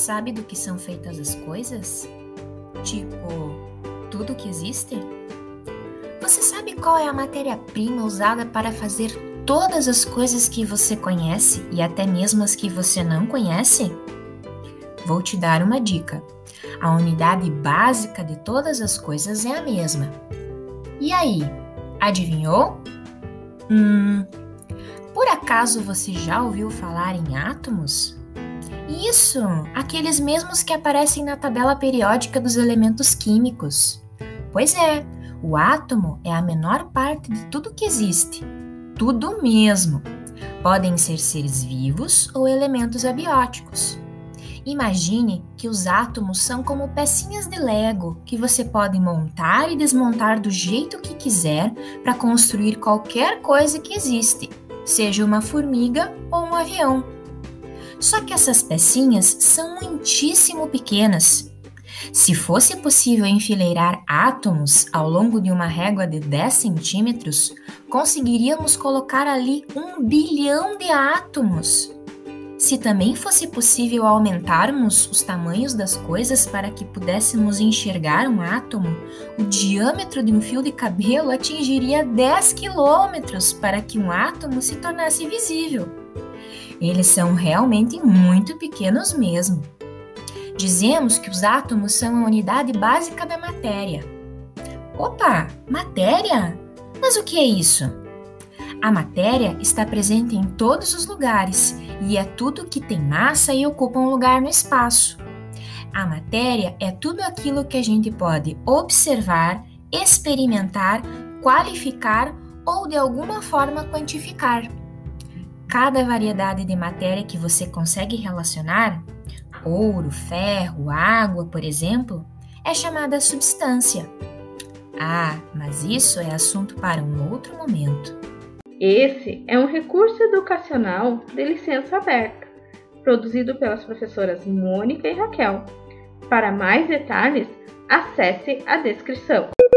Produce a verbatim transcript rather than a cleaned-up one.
sabe do que são feitas as coisas? Tipo, tudo que existe? Você sabe qual é a matéria-prima usada para fazer todas as coisas que você conhece e até mesmo as que você não conhece? Vou te dar uma dica. A unidade básica de todas as coisas é a mesma. E aí, adivinhou? Hum, por acaso você já ouviu falar em átomos? Isso, aqueles mesmos que aparecem na tabela periódica dos elementos químicos. Pois é, o átomo é a menor parte de tudo que existe. Tudo mesmo. Podem ser seres vivos ou elementos abióticos. Imagine que os átomos são como pecinhas de Lego que você pode montar e desmontar do jeito que quiser para construir qualquer coisa que existe, seja uma formiga ou um avião. Só que essas pecinhas são muitíssimo pequenas. Se fosse possível enfileirar átomos ao longo de uma régua de dez centímetros, conseguiríamos colocar ali um bilhão de átomos. Se também fosse possível aumentarmos os tamanhos das coisas para que pudéssemos enxergar um átomo, o diâmetro de um fio de cabelo atingiria dez quilômetros para que um átomo se tornasse visível. Eles são realmente muito pequenos mesmo. Dizemos que os átomos são a unidade básica da matéria. Opa, matéria? Mas o que é isso? A matéria está presente em todos os lugares e é tudo que tem massa e ocupa um lugar no espaço. A matéria é tudo aquilo que a gente pode observar, experimentar, qualificar ou de alguma forma quantificar. Cada variedade de matéria que você consegue relacionar, ouro, ferro, água, por exemplo, é chamada substância. Ah, mas isso é assunto para um outro momento. Esse é um recurso educacional de licença aberta, produzido pelas professoras Mônica e Raquel. Para mais detalhes, acesse a descrição.